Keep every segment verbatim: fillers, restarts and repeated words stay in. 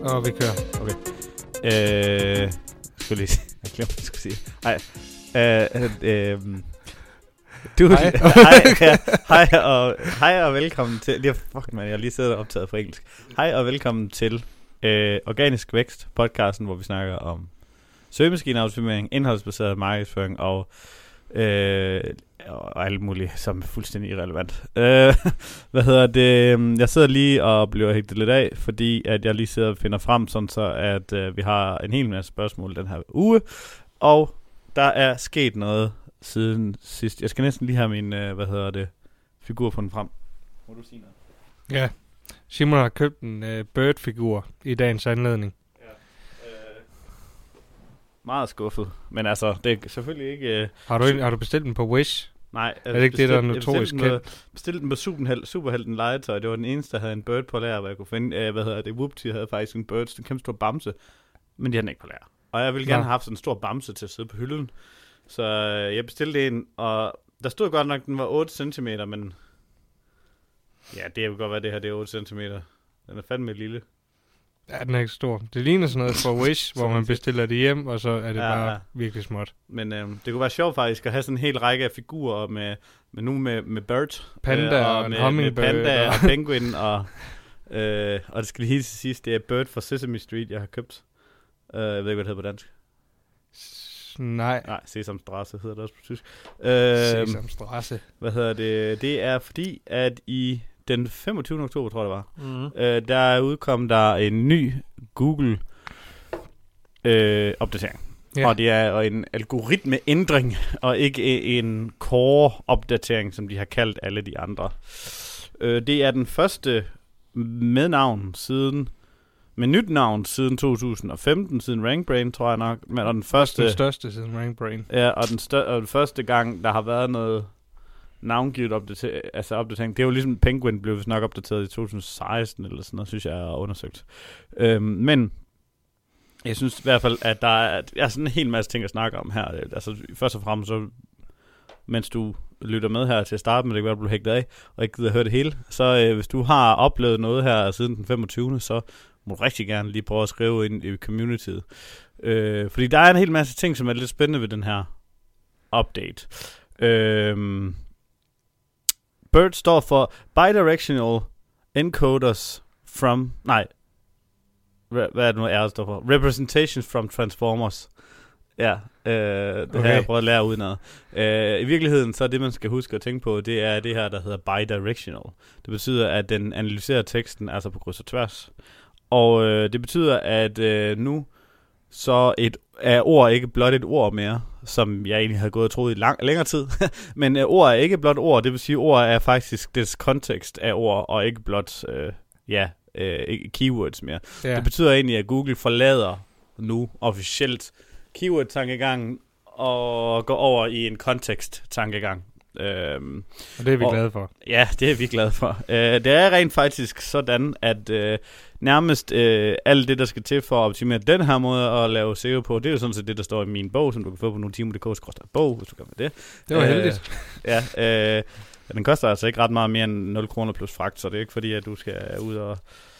Og vi kører. Okay. Øh, skal lige sige. Jeg glemte, hvad jeg skulle sige. Hej. Øh, øh, du, hej. hej, ja, hej, og, hej og velkommen til... Lige, fuck man, jeg har lige siddet og optaget på engelsk. Hej og velkommen til øh, Organisk Vækst, podcasten, hvor vi snakker om søgemaskineoptimering, indholdsbaseret markedsføring og... Øh, og alt muligt, som er fuldstændig irrelevant. Øh, hvad hedder det? Jeg sidder lige og bliver hægtet lidt af, fordi at jeg lige sidder og finder frem, sådan så at øh, vi har en hel masse spørgsmål den her uge, og der er sket noget siden sidst. Jeg skal næsten lige have min, øh, hvad hedder det, figur fundet frem. Må du sige noget? Ja, Simon har købt en øh, Bird-figur i dagens anledning. Meget skuffet, men altså, det er selvfølgelig ikke... Øh, har, du, har du bestilt den på Wish? Nej. Er det ikke det, der er notorisk kendt? Jeg bestilte den på Superhelten, Superhelten legetøj. Det var den eneste, der havde en Bird på lager, hvor jeg kunne finde... Øh, hvad hedder det? Whoopty havde faktisk en Bird, en kæmpe stor bamse, men de havde den ikke på lager. Og jeg ville gerne ja. have haft sådan en stor bamse til at sidde på hylden. Så øh, jeg bestilte en, og der stod godt nok, at den var otte centimeter, men... Ja, det kan godt være, det her det er otte centimeter. Den er fandme lille. Ja, den er ikke stor. Det ligner sådan noget for Wish, hvor man bestiller det hjem, og så er det ja, bare ja. virkelig småt. Men øhm, det kunne være sjovt faktisk at have sådan en hel række af figurer med, med nu med, med Bird. Panda øh, og, og med, med Panda og Penguin. og, øh, og det skal lige helt til sidst, det er Bird fra Sesame Street, jeg har købt. Uh, jeg ved ikke, hvad det hedder på dansk. S- nej. Nej, Sesamstrasse hedder det også på tysk. Uh, Sesamstrasse. Hvad hedder det? Det er fordi, at i... Den femogtyvende oktober, tror jeg det var, mm. øh, der udkom der en ny Google øh, opdatering. Yeah. Og det er en algoritmeændring, og ikke en core-opdatering, som de har kaldt alle de andre. Øh, det er den første med navn siden, med nyt navn siden to tusind og femten, siden RankBrain, tror jeg nok. Men, og den første... Den største siden RankBrain. Ja, og den, stør- og den første gang, der har været noget... navngivet opdatering, altså opdatering. Det er jo ligesom Penguin blev vist nok opdateret i to tusind og seksten eller sådan noget, synes jeg er undersøgt. Øhm, men jeg synes i hvert fald, at der er, er sådan en hel masse ting at snakke om her. Altså først og fremmest så, mens du lytter med her til at starte med, det kan være, at du bliver hægtet af, og ikke gider at høre det hele, så øh, hvis du har oplevet noget her siden den femogtyvende, så må du rigtig gerne lige prøve at skrive ind i communityet. Øh, fordi der er en hel masse ting, som er lidt spændende ved den her update. Øh, Bird står for Bidirectional Encoders from... Nej. Re, hvad er det nu, R står for? Representations from Transformers. Ja, øh, det okay. har jeg prøvet at lære udenad. Øh, I virkeligheden, så er det, man skal huske at tænke på, det er det her, der hedder bidirectional. Det betyder, at den analyserer teksten, altså på kryds og tværs. Og øh, det betyder, at øh, nu så et, er ord ikke blot et ord mere, som jeg egentlig havde gået og troet i lang, længere tid. Men øh, ord er ikke blot ord, det vil sige, ord er faktisk dets kontekst af ord, og ikke blot øh, ja, øh, keywords mere. Ja. Det betyder egentlig, at Google forlader nu officielt keyword-tankegangen og går over i en kontekst-tankegang. Øhm, og det er vi og, glade for. Ja, det er vi glade for. Øh, det er rent faktisk sådan, at øh, nærmest øh, alt det, der skal til for at optimere den her måde at lave S E O på, det er jo sådan set det, der står i min bog, som du kan få på notimo punktum d k bog, hvis du gør med det. Det var øh, heldigt. Ja, øh, den koster altså ikke ret meget mere end nul kroner plus fragt, så det er ikke fordi, at du skal ud og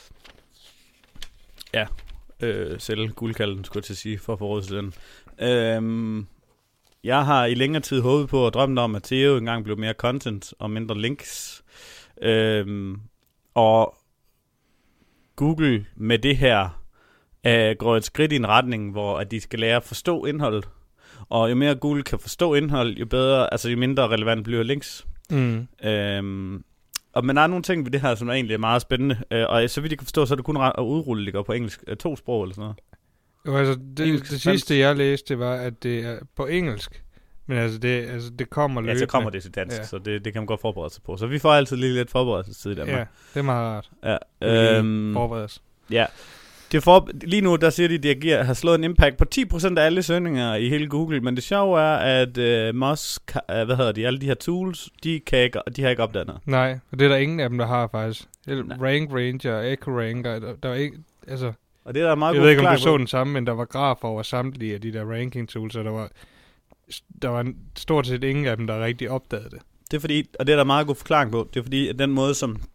ja, øh, sælge guldkalden, skulle jeg til at sige, for at få råd til den. Øh, Jeg har i længere tid håbet på og drømt om, at S E O engang blev mere content og mindre links. Øhm, og Google med det her øh, går et skridt i en retning, hvor at de skal lære at forstå indholdet. Og jo mere Google kan forstå indhold, jo bedre, altså jo mindre relevant bliver links. Mm. Øhm, og men der er nogle ting ved det her, som er egentlig er meget spændende. Øh, og så vidt jeg kan forstå, så er det kun at udrulle det går på engelsk. Øh, to sprog eller sådan noget. Jo, altså det, engelsk, det sidste jeg læste, det var, at det er på engelsk, men altså det, altså det kommer løbende. Ja, så kommer det til dansk, ja. Så det, det kan man godt forberede sig på. Så vi får altid lige lidt forberedelsestid i Danmark. Ja, det er meget rart. Ja, øhm, forberedes. Ja, det for, lige nu der siger de, at de giver, har slået en impact på ti procent af alle søgninger i hele Google, men det sjove er, at uh, Musk, uh, hvad hedder de, alle de her tools, de, kan ikke, de har ikke opdaget noget. Nej, og det er der ingen af dem, der har faktisk. Rank Ranger, Echo Ranker, der, der er ikke, altså... Og det er der meget jeg ved ikke, om du så den samme, men der var grafer over samtlige af de der ranking tools, og der var, der var stort set ingen af dem, der rigtig opdagede det. Det er fordi, og det er der meget god forklaring på, det er fordi, at den måde, som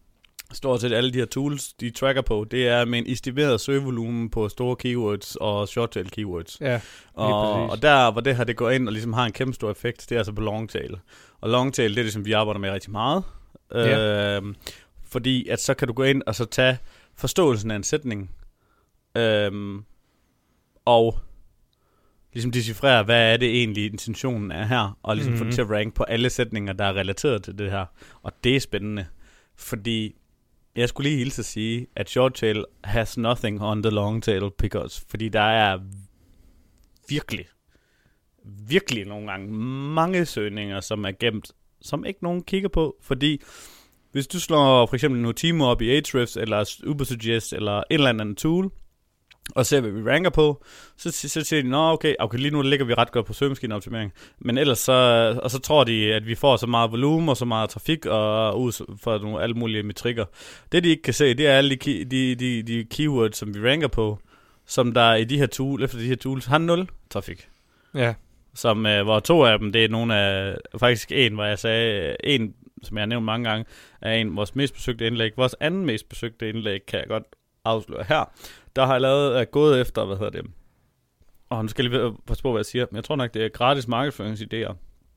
stort set alle de her tools, de tracker på, det er med en estimeret søgevolumen på store keywords og short-tail keywords. Ja, og, og der, hvor det her det går ind og ligesom har en kæmpe stor effekt, det er altså på long-tail. Og long-tail, det er det, som vi arbejder med rigtig meget. Ja. Øh, fordi at så kan du gå ind og så tage forståelsen af en sætning, øh, og ligesom decifrere, hvad er det egentlig intentionen er her, og ligesom mm-hmm. få det til at rank på alle sætninger, der er relateret til det her. Og det er spændende, fordi jeg skulle lige hilse at sige, at short tail has nothing on the long tail because, fordi der er virkelig, virkelig nogle gange mange søgninger, som er gemt, som ikke nogen kigger på, fordi hvis du slår for eksempel Notimo op i Ahrefs, eller Ubersuggest, eller et eller andet tool, og ser, hvad vi ranker på, så, så siger de, nå okay, okay, lige nu ligger vi ret godt på søgemaskineoptimering, men ellers så, og så tror de, at vi får så meget volumen og så meget trafik, og ud for nogle alle mulige metrikker. Det de ikke kan se, det er alle de, de, de, de keywords, som vi ranker på, som der i de her tools, efter de her tools, har nul trafik. Ja. Som, øh, hvor to af dem, det er nogle af, faktisk en, hvor jeg sagde, en, som jeg har nævnt mange gange, er en af vores mest besøgte indlæg. Vores anden mest besøgte indlæg, kan jeg godt afsløre her. Der har jeg lavet, uh, gået efter, hvad hedder det, og nu skal jeg lige passe på, hvad jeg siger, men jeg tror nok, det er gratis markedsføringsidéer.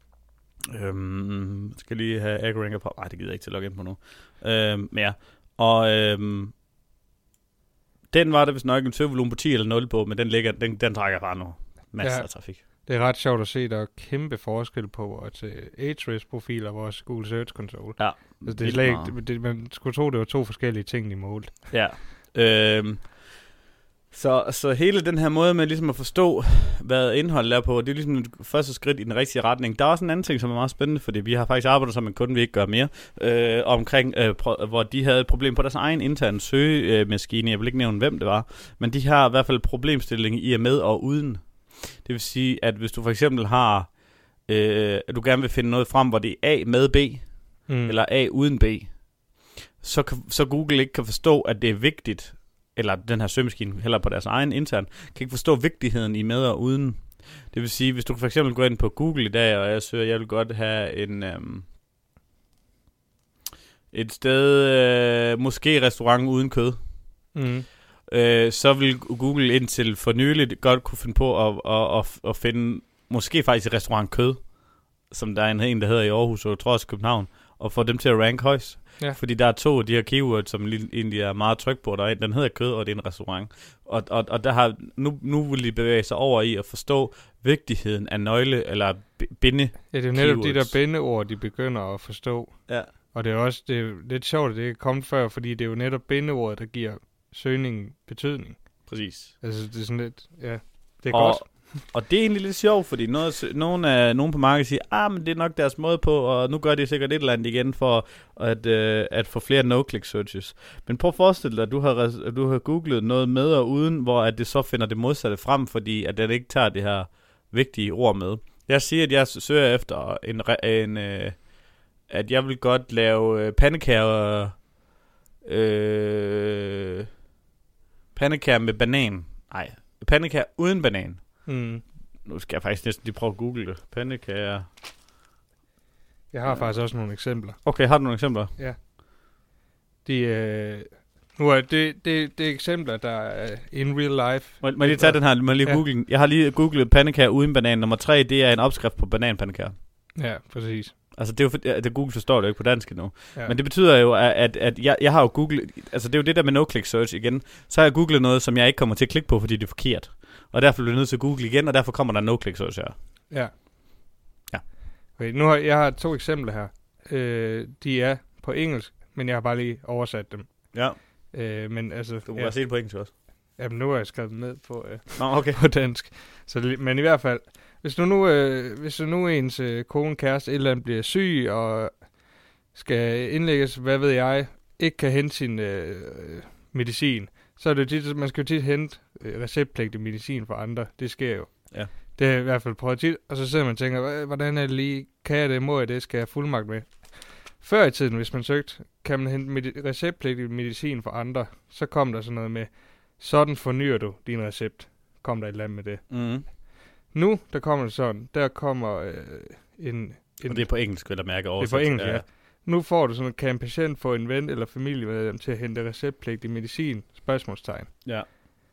Øhm, skal lige have AgroRanker på. Nej, det gider jeg ikke til at logge ind på nu. Øhm, men ja, og øhm, den var der vist nok en søgevolumen på ti eller nul på, men den ligger, den, den trækker bare nu masser ja, af trafik. Det er ret sjovt at se, der er kæmpe forskel på vores Ahrefs-profil og vores Google Search Console. Ja, altså, det er slet ikke, det, det, man skulle tro, det var to forskellige ting, de målte. Ja, øhm, Så, så hele den her måde med ligesom at forstå, hvad indholdet er på, det er ligesom et første skridt i den rigtige retning. Der er også en anden ting, som er meget spændende, fordi vi har faktisk arbejdet som en kunde, vi ikke gør mere, øh, omkring, øh, pro- hvor de havde et problem på deres egen interne søgemaskine. Jeg vil ikke nævne, hvem det var, men de har i hvert fald problemstilling i og med og uden. Det vil sige, at hvis du for eksempel har, øh, at du gerne vil finde noget frem, hvor det er A med B, mm. eller A uden B, så, kan, så Google ikke kan forstå, at det er vigtigt, eller den her søgemaskine, heller på deres egen intern, kan ikke forstå vigtigheden i med og uden. Det vil sige, hvis du for eksempel går ind på Google i dag, og jeg søger, jeg vil godt have en øhm, et sted, øh, måske restaurant uden kød, mm. øh, så vil Google indtil for nyligt godt kunne finde på at, at, at, at finde, måske faktisk et restaurant kød, som der er en, en der hedder i Aarhus, og jeg tror også København, og få dem til at rank højst. Ja. Fordi der er to af de her keywords, som egentlig er meget tryk på. Der er, den hedder kød, og det er en restaurant. Og, og, og der har, nu, nu vil de bevæge sig over i at forstå vigtigheden af nøgle, eller binde. Ja, det er jo netop keywords. De der bindeord, de begynder at forstå. Ja. Og det er også det er lidt sjovt, at det er kommet før, fordi det er jo netop bindeordet, der giver søgningen betydning. Præcis. Altså, det er sådan lidt, ja, det er og, godt. Og det er egentlig lidt sjovt, fordi noget, nogen, af, nogen på markedet siger, ah, men det er nok deres måde på, og nu gør de sikkert et eller andet igen for at, øh, at få flere no-click searches. Men prøv at forestille dig, at du har, at du har googlet noget med og uden, hvor at det så finder det modsatte frem, fordi at den ikke tager det her vigtige ord med. Jeg siger, at jeg søger efter en, en øh, at jeg vil godt lave øh, pandekager, øh, pandekager med banan. Nej, pandekager uden banan. Mm. Nu skal jeg faktisk næsten lige prøve at google det. Pandekager. Jeg har ja. faktisk også nogle eksempler. Okay, har du nogle eksempler? Ja. De, øh, nu er det, det, det er eksempler, der er in real life. Må, må jeg lige tage den her? Må jeg lige ja. google? Jeg har lige googlet pandekager uden banan. Nummer tre, det er en opskrift på bananpandekager. Ja, præcis. Altså, det er jo for, det Google forstår det jo ikke på dansk endnu. Ja. Men det betyder jo, at, at, at jeg, jeg har jo googlet, altså det er jo det der med no-click search igen. Så har jeg googlet noget, som jeg ikke kommer til at klikke på, fordi det er forkert. Og derfor bliver jeg nødt til at google igen, og derfor kommer der no-click search her. Ja. Ja. Okay, nu har jeg har to eksempler her. Øh, de er på engelsk, men jeg har bare lige oversat dem. Ja. Øh, men altså... Du må ja. bare se det på engelsk også. Jamen, nu har jeg skrevet dem ned på, øh, Nå, okay. på dansk. Så, men i hvert fald, hvis du nu, øh, hvis du nu ens øh, kone, kæreste, et eller andet bliver syg, og skal indlægges, hvad ved jeg, ikke kan hente sin øh, medicin, så er det tit, man skal jo tit hente øh, receptpligtig medicin for andre. Det sker jo. Ja. Det er i hvert fald prøvet tit, og så sidder man og tænker, hvordan er det lige, kan jeg det, må jeg det, skal jeg fuldmagt med? Før i tiden, hvis man søgte, kan man hente med- receptpligtig medicin for andre, så kom der sådan noget med, sådan fornyer du din recept. Kom der et eller andet med det. Mm. Nu, der kommer det sådan, der kommer øh, en, en... Og det er på engelsk, vil jeg mærke. Det er på engelsk, ja. ja. Nu får du sådan, kan en patient få en ven eller familiemedlem til at hente receptpligtig medicin? Spørgsmålstegn. Ja.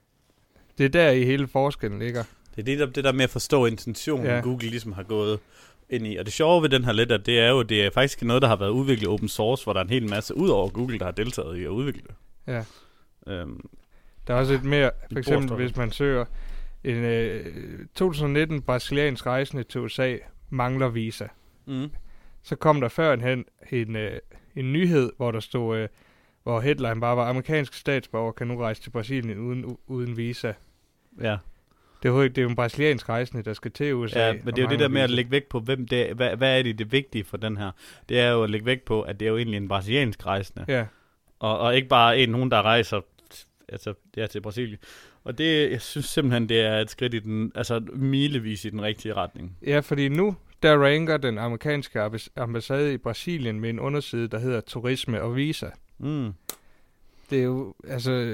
Det er der i hele forskellen ligger. Det er det der, det der med at forstå intentionen, ja. Google ligesom har gået ind i. Og det sjove ved den her letter, det er jo, det er faktisk noget, der har været udviklet open source, hvor der er en hel masse ud over Google, der har deltaget i at udvikle det. Ja. Øhm, der er også et mere, for eksempel hvis man søger en øh, to tusind nitten brasiliansk rejsende til U S A mangler visa. mm. Så kom der førhen en, øh, en nyhed, hvor der stod, øh, hvor headline bare var, amerikanske statsborger kan nu rejse til Brasilien uden, uden visa. Ja. Det er, jo, det er jo en brasiliansk rejsende, der skal til U S A. Ja, men det er jo det der med at lægge vægt på, hvem det er, hvad, hvad er det, det vigtige for den her? Det er jo at lægge vægt på, at det er jo egentlig en brasiliansk rejsende. Ja. Og, og ikke bare en, nogen, der rejser altså, ja, til Brasilien. Og det, jeg synes simpelthen, det er et skridt i den, altså milevis i den rigtige retning. Ja, fordi nu, der ranker den amerikanske ambassade i Brasilien med en underside, der hedder Turisme og Visa. Mm. Det er jo, altså...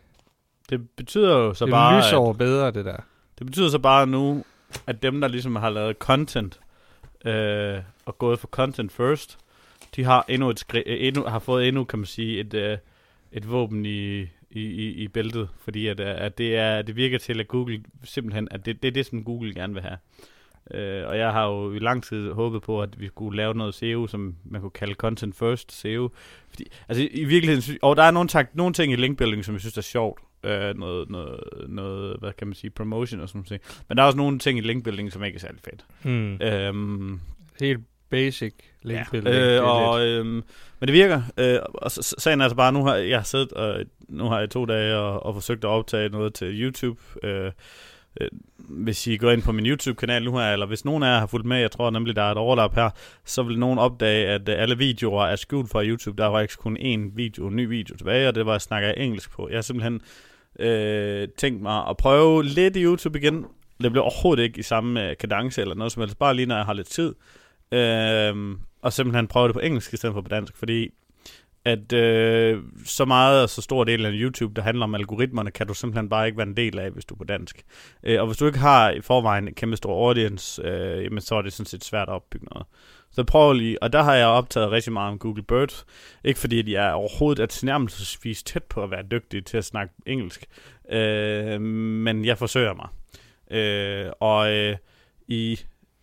Det betyder jo så det bare... Det lyser over bedre, det der. Det betyder så bare nu, at dem, der ligesom har lavet content, øh, og gået for content first, de har endnu et skri- endnu, har fået endnu, kan man sige, et, øh, et våben i, i, i, i bæltet, fordi at, at det, er, det virker til, at Google simpelthen, at det, det er det, som Google gerne vil have. Øh, og jeg har jo i lang tid håbet på, at vi skulle lave noget S E O, som man kunne kalde content first S E O. Fordi, altså i, i virkeligheden, og der er nogle, tak, nogle ting i linkbuilding, som jeg synes er sjovt. Øh, noget, noget, noget, hvad kan man sige, promotion og sådan noget. Men der er også nogle ting i linkbuilding, som ikke er særlig fedt. Hmm. Øhm, Helt basic linkbuilding. Ja, øh, og, øhm, men det virker. Øh, og så, sagen er altså bare, nu har jeg siddet, og nu har jeg to dage og, og forsøgt at optage noget til YouTube. Øh, øh, hvis I går ind på min YouTube-kanal nu her, eller hvis nogen af jer har fulgt med, jeg tror nemlig, der er et overlap her, så vil nogen opdage, at øh, alle videoer er skjult fra YouTube. Der var ikke kun én video, en ny video tilbage, og det var, jeg snakker engelsk på. Jeg har simpelthen øh, tænkt mig at prøve lidt i YouTube igen. Det blev overhovedet ikke i samme kadence eller noget som helst, bare lige når jeg har lidt tid. Øh, og simpelthen prøve det på engelsk i stedet for på dansk, fordi at øh, så meget og så stor del af YouTube, der handler om algoritmerne, kan du simpelthen bare ikke være en del af, hvis du er på dansk. Øh, og hvis du ikke har i forvejen en kæmpe stor audience, øh, jamen, så er det sådan set svært at opbygge noget. Så prøv lige, og der har jeg optaget rigtig meget om Google Bird. Ikke fordi de er overhovedet at tilnærmelsesvis tæt på at være dygtige til at snakke engelsk, øh, men jeg forsøger mig. Øh, og øh, i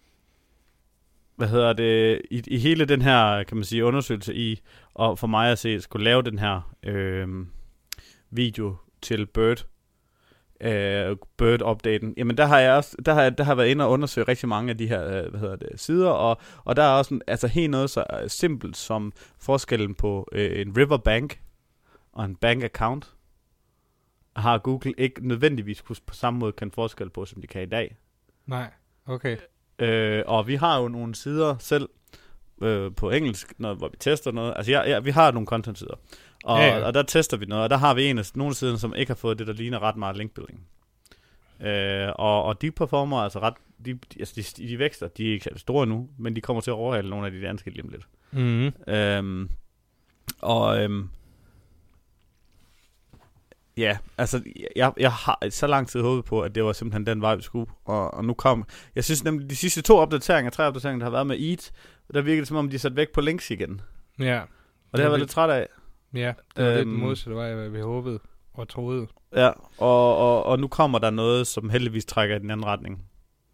hvad hedder det, i, i hele den her, kan man sige, undersøgelse i, og for mig at se, skulle lave den her øh, video til Bird, øh, Bird-updaten, jamen der har jeg også, der har jeg, der har jeg været inde og undersøge rigtig mange af de her, øh, hvad hedder det, sider, og, og der er også en, altså helt noget så simpelt som forskellen på øh, en Riverbank og en bank account, har Google ikke nødvendigvis på samme måde kan forskel på, som de kan i dag. Nej, okay. Øh, og vi har jo nogle sider selv øh, på engelsk, når, hvor vi tester noget. Altså, ja, ja, vi har nogle content-sider, og, ja, ja. og der tester vi noget, og der har vi en af nogle sider, som ikke har fået det, der ligner ret meget linkbuilding. Øh, og, og de performer altså ret, de, de, altså de, de vækster, de er ikke så store nu, men de kommer til at overhale nogle af de danske lige om lidt. Mm-hmm. Øhm, og øhm, ja, altså, jeg, jeg har så lang tid håbet på, at det var simpelthen den vej, vi skulle, og, og nu kom, jeg synes nemlig, de sidste to opdateringer, tre opdateringer, der har været med Eat, der virkede det som om, de satte væk på links igen. Ja. Og det har jeg været lidt træt af. Ja, det var øhm, lidt den modsatte vej, hvad vi håbede og troede. Ja, og, og, og nu kommer der noget, som heldigvis trækker i den anden retning.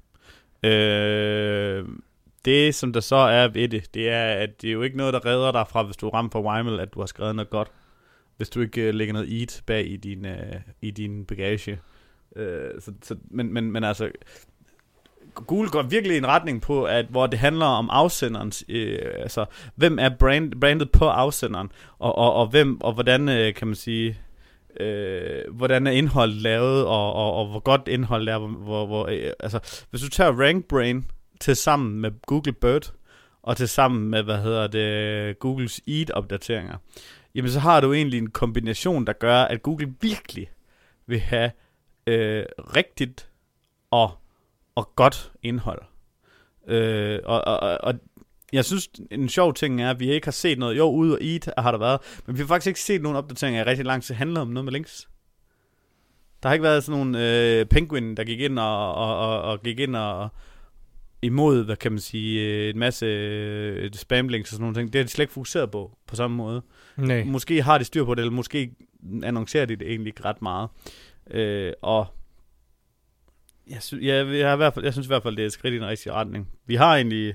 Øh, det, som der så er ved det, det er, at det er jo ikke noget, der redder dig fra, hvis du rammer for Weimel, at du har skrevet noget godt. Hvis du ikke uh, lægger noget eat bag i din, uh, i din bagage. Uh, så, så, men, men, men altså, Google går virkelig i en retning på, at hvor det handler om afsenderens, uh, altså, hvem er brand, brandet på afsenderen, og, og, og hvem, og hvordan, uh, kan man sige, uh, hvordan er indholdet lavet, og, og, og hvor godt indholdet er, hvor, hvor, hvor uh, altså, hvis du tager RankBrain til sammen med Google Bird, og til sammen med, hvad hedder det, Googles Eat-opdateringer, jamen så har du egentlig en kombination, der gør, at Google virkelig vil have øh, rigtigt og, og godt indhold. Øh, og, og, og jeg synes, en sjov ting er, at vi ikke har set noget. Jo, ude og Eat har der været, men vi har faktisk ikke set nogen opdateringer i rigtig lang tid, handler om noget med links. Der har ikke været sådan nogle øh, penguin, der gik ind og, og, og, og gik ind og, imod, hvad kan man sige, en masse øh, spamlinks og sådan nogle ting. Det er de slet ikke fokuseret på, på samme måde. Nej. Måske har de styr på det, eller måske annoncerer de det egentlig ikke ret meget. Øh, og jeg, sy- jeg, jeg, i hvert fald, jeg synes i hvert fald, det er et skridt i den rigtige retning. Vi har egentlig...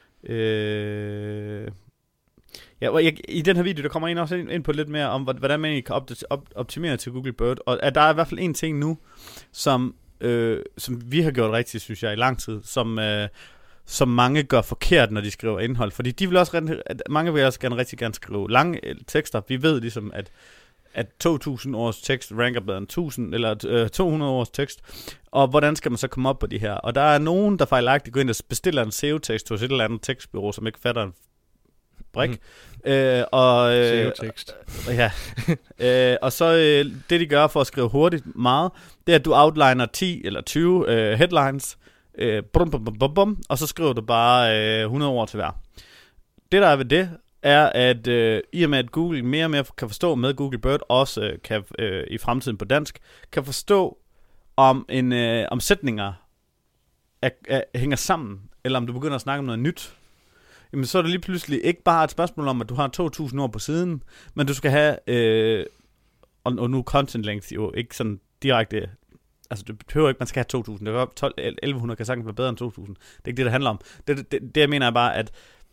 Øh, ja, jeg, I den her video, der kommer en også ind, ind på lidt mere om, hvordan man kan op- op- optimere til Google Bird. Og at der er i hvert fald en ting nu, som... Øh, som vi har gjort rigtigt, synes jeg, i lang tid, som, øh, som mange gør forkert, når de skriver indhold. Fordi de vil også, mange vil også gerne rigtig gerne skrive lange tekster. Vi ved ligesom, at, at to tusind års tekst ranker bedre end tusind, eller øh, to hundrede års tekst. Og hvordan skal man så komme op på de her? Og der er nogen, der fejlagtigt går ind og bestiller en S E O-tekst hos et eller andet tekstbureau, som ikke fatter en brik. Mm. Øh, og, øh, S E O-tekst. Ja. øh, og så øh, det, de gør for at skrive hurtigt meget, det er, at du outliner ti eller tyve øh, headlines, øh, bum, bum, bum, bum, bum, og så skriver du bare øh, hundrede ord til hver. Det, der er ved det, er, at øh, i og med, at Google mere og mere kan forstå med Google Bird, også øh, kan øh, i fremtiden på dansk, kan forstå, om, en, øh, om sætninger er, er, hænger sammen, eller om du begynder at snakke om noget nyt, jamen så er det lige pludselig ikke bare et spørgsmål om, at du har to tusind ord på siden, men du skal have, øh, og, og nu content length jo ikke sådan direkte, altså du behøver ikke, man skal have to tusind, det er tolv elleve hundrede kan sagtens være bedre end to tusind, det er ikke det, det handler om. Det, det, det, det jeg mener er bare, at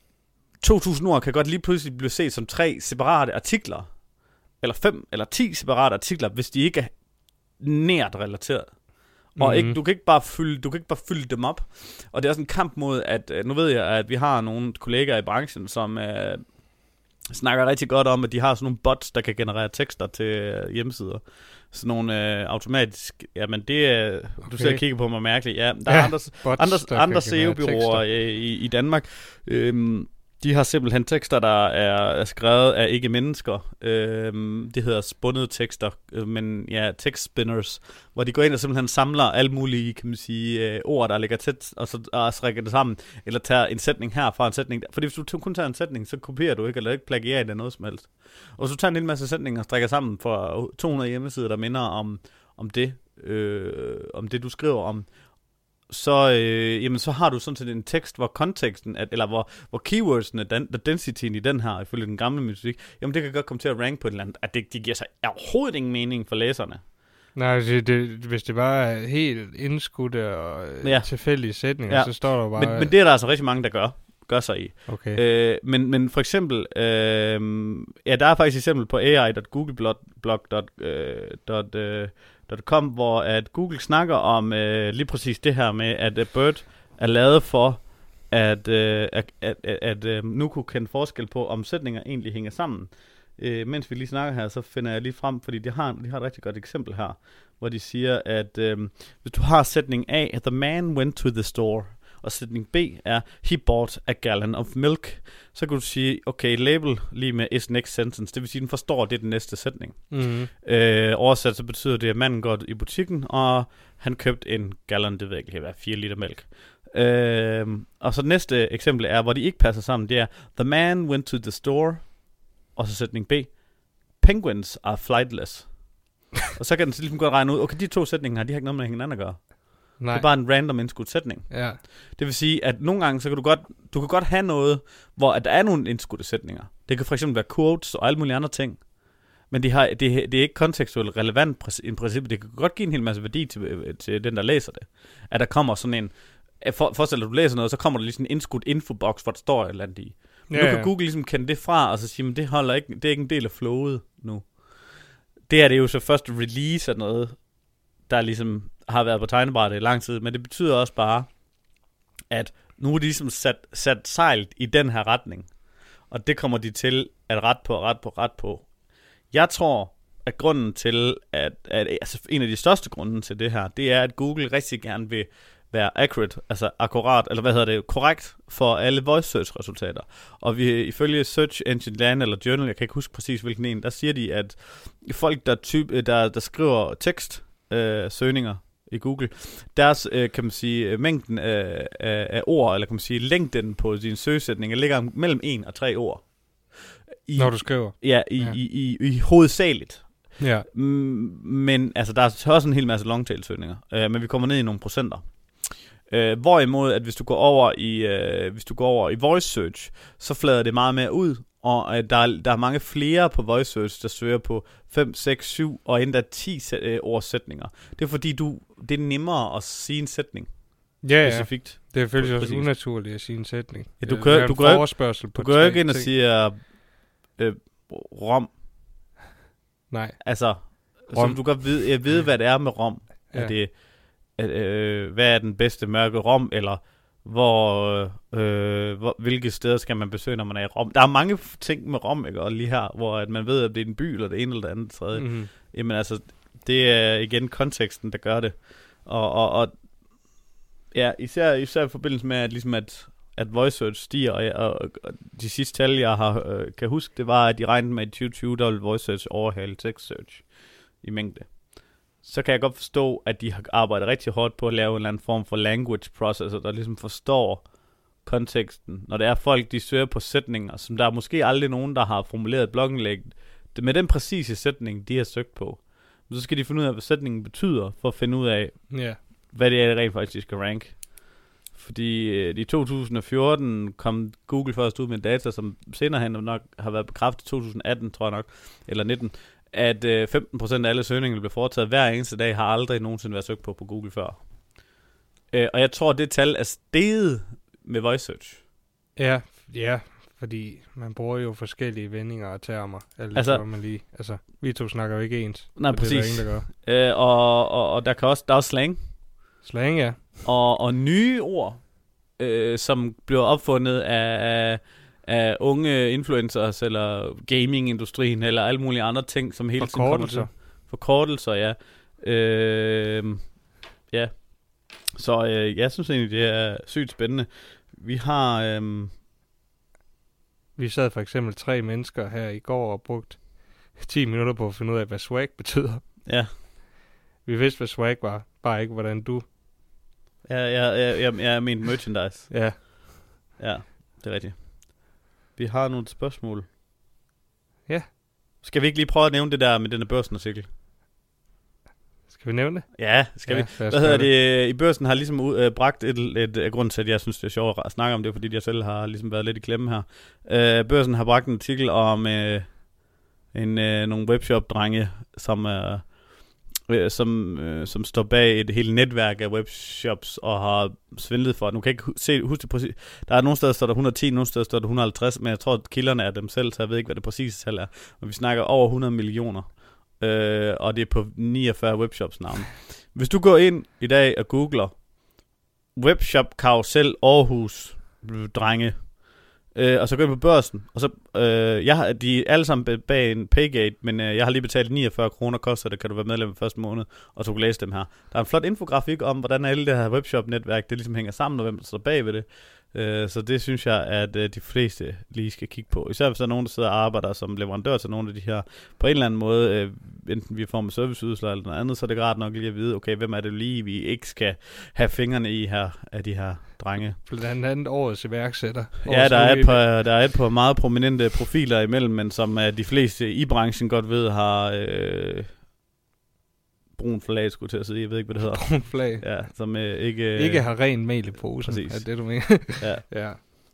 to tusind ord kan godt lige pludselig blive set som tre separate artikler, eller fem eller ti separate artikler, hvis de ikke er nært relateret. Og mm-hmm. ikke, du kan ikke bare fylde, du kan ikke bare fylde dem op. Og det er også en kamp mod, at nu ved jeg, at vi har nogle kollegaer i branchen, som øh, snakker rigtig godt om, at de har sådan nogle bots, der kan generere tekster til øh, hjemmesider. Sådan nogle øh, automatisk, jamen det er, okay. Du sidder og kigger på mig mærkeligt. Ja, der er ja, andre, bots, andre, andre S E O-bureauer i, i Danmark. Øhm, De har simpelthen tekster, der er, er skrevet af ikke mennesker. Øhm, det hedder spundede tekster, øh, men ja, tekstspinners, hvor de går ind og simpelthen samler alle mulige, kan man sige, øh, ord, der ligger tæt, og så og rækker det sammen, eller tager en sætning her fra en sætning der. Fordi hvis du kun tager en sætning, så kopierer du ikke, eller ikke plagier det noget som helst. Og så tager en lille masse sætninger og strikker sammen for to hundrede hjemmesider, der minder om, om, det, øh, om det, du skriver om. Så, øh, jamen, så har du sådan set en tekst, hvor konteksten, at, eller hvor, hvor keywordsene, den, the densityen i den her, ifølge den gamle musik, jamen det kan godt komme til at rank på et eller andet, at det, det giver sig overhovedet ingen mening for læserne. Nej, det, det, hvis det bare er helt indskudte og ja. tilfældige sætninger, ja. så står der bare... Men, men det er der altså rigtig mange, der gør, gør sig i. Okay. Øh, men, men for eksempel, øh, ja, der er faktisk et eksempel på a i punktum google blog punktum com, hvor at Google snakker om øh, lige præcis det her med, at uh, Bird er lavet for at, øh, at, at, at, at øh, nu kunne kende forskel på, om sætninger egentlig hænger sammen. Øh, mens vi lige snakker her, så finder jeg lige frem, fordi de har, de har et rigtig godt eksempel her, hvor de siger, at øh, hvis du har sætning A, the man went to the store, og sætning B er, he bought a gallon of milk, så kan du sige, okay, label lige med is next sentence, det vil sige, den forstår, det er den næste sætning. Mm-hmm. Øh, oversat, så betyder det, at manden går i butikken, og han købte en gallon, det ved jeg ikke, hvad, fire liter mælk. Øh, og så næste eksempel er, hvor de ikke passer sammen, det er, the man went to the store, og så sætning B, penguins are flightless. Og så kan den så ligesom godt regne ud, okay, de to sætninger her, de har ikke noget med hinanden at gøre. Nej. Det er bare en random indskudt sætning. Ja. Det vil sige, at nogle gange, så kan du godt, du kan godt have noget, hvor at der er nogle indskudte sætninger. Det kan for eksempel være quotes og alle mulige andre ting. Men de har, det, det er ikke kontekstuelt relevant i princippet. Det kan godt give en hel masse værdi til, til den, der læser det. At der kommer sådan en, for, forestil dig, at du læser noget, så kommer der lige sådan en indskudt infobox, hvor der står et eller andet i. Men ja, nu kan ja. Google ligesom kende det fra, og så sige, men det holder ikke, det er ikke en del af flowet nu. Det er det jo så første release af noget, der ligesom har været på tegnebrættet i lang tid, men det betyder også bare, at nu er de ligesom sat, sat sejlt i den her retning, og det kommer de til at ret på, ret på, ret på. Jeg tror, at grunden til, at, at altså en af de største grunde til det her, det er, at Google rigtig gerne vil være accurate, altså akkurat, eller hvad hedder det, korrekt for alle voice search resultater. Og vi ifølge Search Engine Land eller Journal, jeg kan ikke huske præcis hvilken en, der siger de, at folk, der, type, der, der skriver tekst, øh, søgninger i Google, deres, øh, kan man sige, mængden af, af, af ord, eller kan man sige, længden på dine søgesætninger, ligger mellem en og tre ord. I, Når du skriver? Ja, i, ja. i, i, i hovedsageligt. Ja. Mm, men altså, der er også en hel masse longtail-søgninger, øh, men vi kommer ned i nogle procenter. Øh, hvorimod, at hvis du går over i, øh, hvis du går over i voice search, så flader det meget mere ud, og øh, der, er, der er mange flere på voice search, der søger på fem, seks, syv og endda ti øh, års sætninger. Det er fordi, du, det er nemmere at sige en sætning. Ja, ja. Specifikt. Det er selvfølgelig også unaturligt at sige en sætning. Ja, du gør, du gør, du gør ikke ind og siger øh, rom. Nej. Altså, rom. Så du kan vide, jeg ved, hvad det er med rom. Ja. Er det, at, øh, hvad er den bedste mørke rom, eller hvor, øh, hvor, hvilke steder skal man besøge, når man er i Rom? Der er mange ting med Rom, ikke? Og lige her, hvor at man ved, at det er en by, eller det ene eller det andet tredje. Mm-hmm. Jamen altså, det er igen konteksten, der gør det. Og, og, og ja, især, især i forbindelse med, at, ligesom at, at voice search stiger, og, og, og de sidste tal, jeg har, øh, kan huske, det var, at de regnede med, at i tyve tyve, der ville voice search overhale text search i mængde. Så kan jeg godt forstå, at de har arbejdet rigtig hårdt på at lave en eller anden form for language processor, der ligesom forstår konteksten. Når det er folk, de søger på sætninger, som der er måske aldrig nogen, der har formuleret et blogindlæg med den præcise sætning, de har søgt på. Men så skal de finde ud af, hvad sætningen betyder, for at finde ud af, yeah. hvad det er, rent faktisk de skal rank. Fordi øh, i to tusind og fjorten kom Google først ud med data, som senere hen nok har været bekræftet i to tusind og atten, tror jeg nok, eller nitten, at øh, femten procent af alle søgninger, der bliver foretaget hver eneste dag, har aldrig nogensinde været søgt på på Google før. Øh, og jeg tror, det tal er steget med voice search. Ja, ja, fordi man bruger jo forskellige vendinger og termer. Alt altså, man lige, altså, vi to snakker jo ikke ens. Nej, præcis. Det er der ingen, der gør. Øh, og, og, og der kan også, der er også slang. Slang, ja. Og, og nye ord, øh, som bliver opfundet af... af af unge influencers, eller gamingindustrien, eller alle mulige andre ting, som hele tiden kommer til. Forkortelser, ja. Øh, ja. Så øh, jeg synes egentlig, det er sygt spændende. Vi har... Øh, vi sad for eksempel tre mennesker her i går og brugt ti minutter på at finde ud af, hvad swag betyder. Ja. Vi vidste, hvad swag var, bare ikke, hvordan du... Ja, ja, ja, jeg, jeg mente merchandise. Ja. Ja, det er rigtigt. Vi har nogle spørgsmål. Ja. Skal vi ikke lige prøve at nævne det der med denne børsenartikel? Skal vi nævne det? Ja, skal ja, vi. Hvad hedder det? I Børsen har ligesom uh, bragt et, et, et grund til, at jeg synes, det er sjovt at snakke om det, fordi jeg selv har ligesom været lidt i klemme her. Uh, Børsen har bragt en artikel om uh, en, uh, nogle webshop-drenge, som uh, Som, øh, som står bag et helt netværk af webshops og har svindlet for. Nu kan jeg ikke se, huske det præcis. Der er nogle steder, der står der et hundrede og ti, nogle steder står der et hundrede og halvtreds, men jeg tror, at kilderne er dem selv, så jeg ved ikke, hvad det præcise tal er. Men vi snakker over hundrede millioner, øh, og det er på niogfyrre webshops navne. Hvis du går ind i dag og googler webshop karusel Aarhus drenge, Øh, og så går jeg på Børsen, og så, øh, jeg har, de er alle sammen bag en paygate, men øh, jeg har lige betalt niogfyrre kroner, koster det, kan du være medlem i første måned, og så kan du læse dem her. Der er en flot infografik om, hvordan alle det her webshop-netværk, det ligesom hænger sammen, og hvem der står bag ved det. Øh, så det synes jeg, at øh, de fleste lige skal kigge på. Især hvis der er nogen, der sidder og arbejder som leverandør til nogle af de her, på en eller anden måde, øh, enten vi får med serviceydelser eller noget andet, så er det rart nok lige at vide, okay, hvem er det lige, vi ikke skal have fingrene i her, af de her drenge. Blandt andet årets iværksætter. Årets ja, der er, et par, der er et par meget prominente profiler imellem, men som uh, de fleste i branchen godt ved har øh, brun flag, skulle til at sige. Jeg ved ikke, hvad det hedder. Brun flag. Ja, som øh, ikke... Ikke har ren mel i posen. Præcis. Er det, du mener? ja. ja.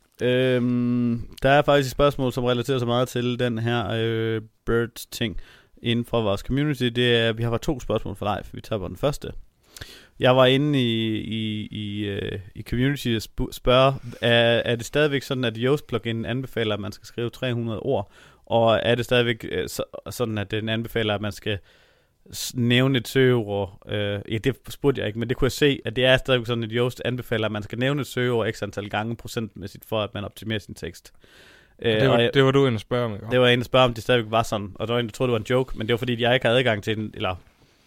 Øhm, der er faktisk et spørgsmål, som relaterer sig meget til den her øh, Birds-ting inden for vores community. Det er, vi har bare to spørgsmål for dig, for vi tager på den første. Jeg var inde i, i, i, uh, i community og spørge, er, er det stadigvæk sådan, at Yoast plugin anbefaler, at man skal skrive tre hundrede ord, og er det stadigvæk uh, så, sådan, at den anbefaler, at man skal nævne et søgeord? Uh, ja, det spurgte jeg ikke, men det kunne jeg se, at det er stadigvæk sådan, at Yoast anbefaler, at man skal nævne et søgeord x antal gange procentmæssigt, for at man optimerer sin tekst. Uh, det, var, jeg, det var du inde at spørge om, ikke? Det var inde at spørge, om det stadigvæk var sådan, og der var en, der troede, det var en joke, men det var fordi, jeg ikke havde adgang til den, eller...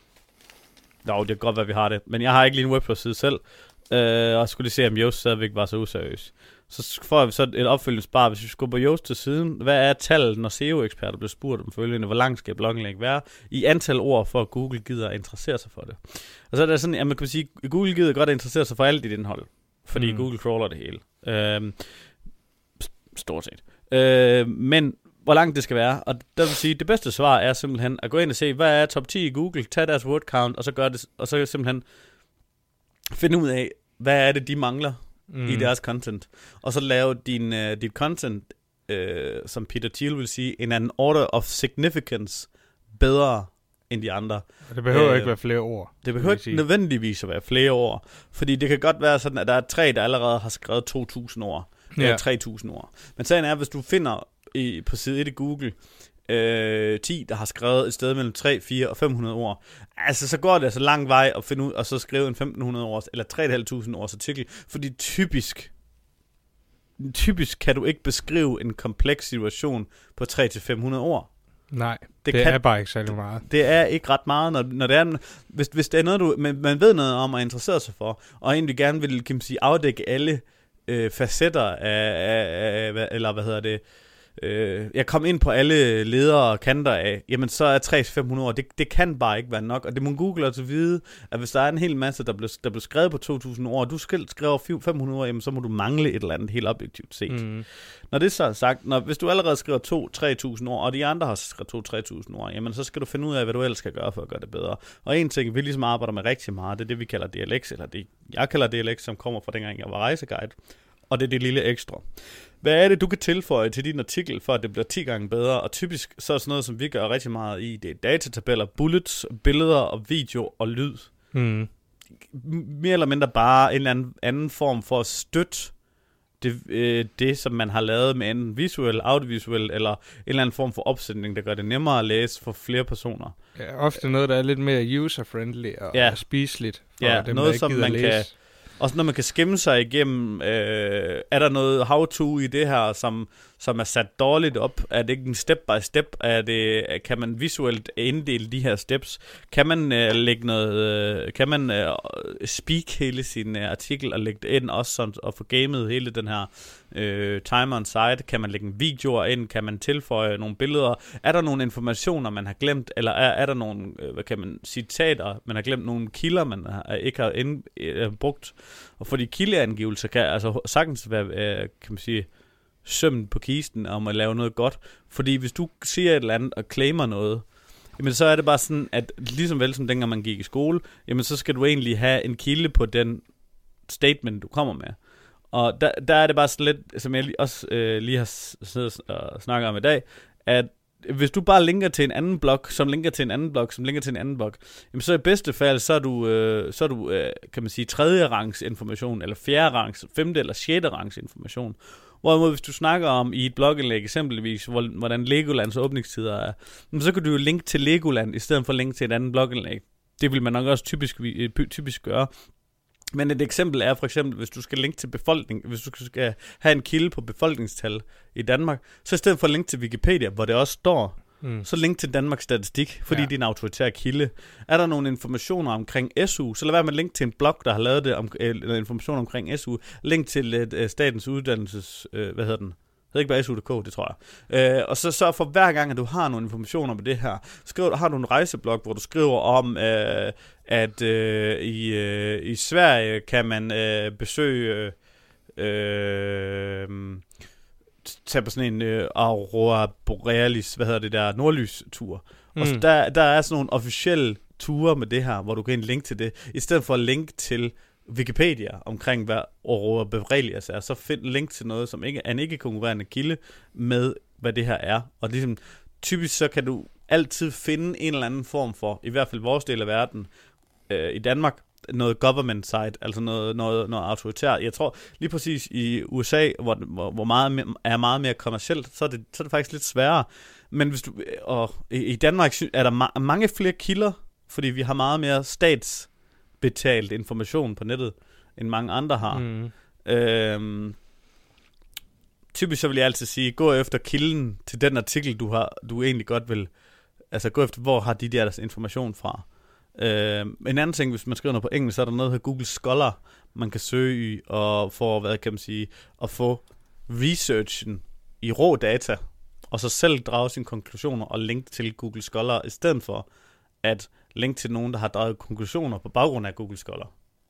Nå, det kan godt være, at vi har det. Men jeg har ikke lige en webside selv. Øh, og skulle lige se, om Yoast stadigvæk var så useriøs. Så får vi så et opfølgende spar. Hvis vi skal på Yoast til siden, hvad er tallet, når S E O-eksperter bliver spurgt om følgende? Hvor langt skal blogindlæg være? I antal ord, for at Google gider at interessere sig for det. Og så er det sådan, at man kan sige, at Google gider godt at interessere sig for alt dit indhold. Fordi mm. Google crawler det hele. Øh, stort set. Øh, men... hvor langt det skal være, og der vil sige, det bedste svar er simpelthen at gå ind og se, hvad er top ti i Google, tage deres word count, og så gøre det, og så simpelthen finde ud af, hvad er det, de mangler mm. i deres content, og så lave din, uh, dit content, uh, som Peter Thiel vil sige, in an order of significance, bedre end de andre. Og det behøver uh, ikke være flere ord. Det behøver ikke nødvendigvis at være flere ord, fordi det kan godt være sådan, at der er tre, der allerede har skrevet to tusind ord, ja. eller tre tusind ord. Men sagen er, hvis du finder i, på side et i Google, Øh, ti, der har skrevet et sted mellem tre, fire og fem hundrede ord. Altså, så går det altså lang vej at finde ud, og så skrive en femten hundrede ord, eller tre tusind fem hundrede års artikel, fordi typisk, typisk kan du ikke beskrive en kompleks situation på tre til fem hundrede ord. Nej, det, det kan, er bare ikke særlig meget. Det er ikke ret meget, når, når det er, hvis, hvis det er noget, du, man, man ved noget om og interesserer sig for, og egentlig gerne vil, kan man sige, afdække alle øh, facetter af, af, af, eller hvad hedder det, Øh, jeg kom ind på alle ledere og kanter af, jamen så er tre til fem hundrede ord, det, det kan bare ikke være nok, og det må Google altså vide, at hvis der er en hel masse, der bliver, der bliver skrevet på to tusind ord, og du skal skrive fem hundrede ord, jamen så må du mangle et eller andet helt objektivt set. Mm. Når det så er sagt, når, hvis du allerede skriver to til tre tusind ord, og de andre har skrevet to til tre tusind ord, jamen så skal du finde ud af, hvad du ellers skal gøre for at gøre det bedre. Og en ting, vi ligesom arbejder med rigtig meget, det er det, vi kalder D L X, eller det, jeg kalder D L X, som kommer fra dengang, jeg var rejseguide, og det er det lille ekstra. Hvad er det, du kan tilføje til din artikel, for at det bliver ti gange bedre? Og typisk så er sådan noget, som vi gør rigtig meget i, det er datatabeller, bullets, billeder og video og lyd. Mm. Mere eller mindre bare en eller anden, anden form for at støtte det, øh, det, som man har lavet med enten visuel, audiovisuel, eller en eller anden form for opsætning, der gør det nemmere at læse for flere personer. Ja, ofte noget, der er lidt mere user-friendly og ja. spiseligt for ja, dem, noget, der ikke som gider man læse. Kan også når man kan skimme sig igennem, øh, er der noget how-to i det her, som, som er sat dårligt op? Er det ikke en step-by-step? Er det, kan man visuelt inddele de her steps? Kan man øh, lægge noget, øh, kan man øh, speak hele sin øh, artikel og lægge det ind også sådan, og få gamet hele den her øh, time on site? Kan man lægge videoer ind? Kan man tilføje nogle billeder? Er der nogle informationer, man har glemt? Eller er, er der nogle, øh, hvad kan man, citater, man har glemt, nogle kilder, man har, ikke har ind, øh, brugt? Og fordi kildeangivelser kan altså sagtens være, øh, kan man sige, sømmen på kisten om at lave noget godt. Fordi hvis du siger et eller andet og claimer noget, jamen så er det bare sådan, at ligesom vel som dengang man gik i skole, jamen så skal du egentlig have en kilde på den statement, du kommer med. Og der, der er det bare så lidt, som jeg også øh, lige har siddet og snakket om i dag, at hvis du bare linker til en anden blog, som linker til en anden blog, som linker til en anden blog, jamen så i bedste fald, så er du, øh, så er du øh, kan man sige, tredje rangs information, eller fjerde rangs, femte eller sjette rangs information. Hvorimod hvis du snakker om i et blogindlæg eksempelvis, hvordan Legolands åbningstider er, så kan du jo linke til Legoland, i stedet for at linke til et andet blogindlæg. Det vil man nok også typisk, typisk gøre. Men et eksempel er for eksempel, hvis du skal linke til befolkning, hvis du skal have en kilde på befolkningstal i Danmark, så i stedet for at linke til Wikipedia, hvor det også står, mm. så link til Danmarks Statistik, fordi ja. det er en autoritær kilde. Er der nogle informationer omkring S U, så lad være med at linke til en blog, der har lavet det, om, eller information omkring S U. Link til uh, Statens Uddannelses, uh, hvad hedder den? Det er ikke bare S U punktum d k, det tror jeg. Øh, og så så for hver gang, at du har nogle informationer om det her, skriv, har du en rejseblog, hvor du skriver om, øh, at øh, i, øh, i Sverige kan man øh, besøge, øh, tage på sådan en øh, Aurora Borealis, hvad hedder det der, nordlys-tur. Mm. Og så der, der er sådan nogle officielle ture med det her, hvor du kan linke til det, i stedet for at linke til Wikipedia omkring, hvad Aurora Borealis er, så find link til noget, som ikke er en ikke-konkurrerende kilde med, hvad det her er. Og ligesom, typisk så kan du altid finde en eller anden form for, i hvert fald vores del af verden, øh, i Danmark, noget government site, altså noget, noget, noget autoritært. Jeg tror lige præcis i U S A, hvor, hvor, hvor meget er meget mere kommercielt, så er, det, så er det faktisk lidt sværere. Men hvis du, og i, i Danmark er der ma- mange flere kilder, fordi vi har meget mere stats betalt information på nettet, end mange andre har. Mm. Øhm, typisk så vil jeg altid sige, gå efter kilden til den artikel, du har, du egentlig godt vil, altså gå efter, hvor har de der information fra. Øhm, en anden ting, hvis man skriver noget på engelsk, så er der noget her Google Scholar, man kan søge i, og få, hvad kan man sige, at få researchen i rå data, og så selv drage sine konklusioner og linke til Google Scholar, i stedet for at link til nogen, der har draget konklusioner på baggrund af Google Scholar.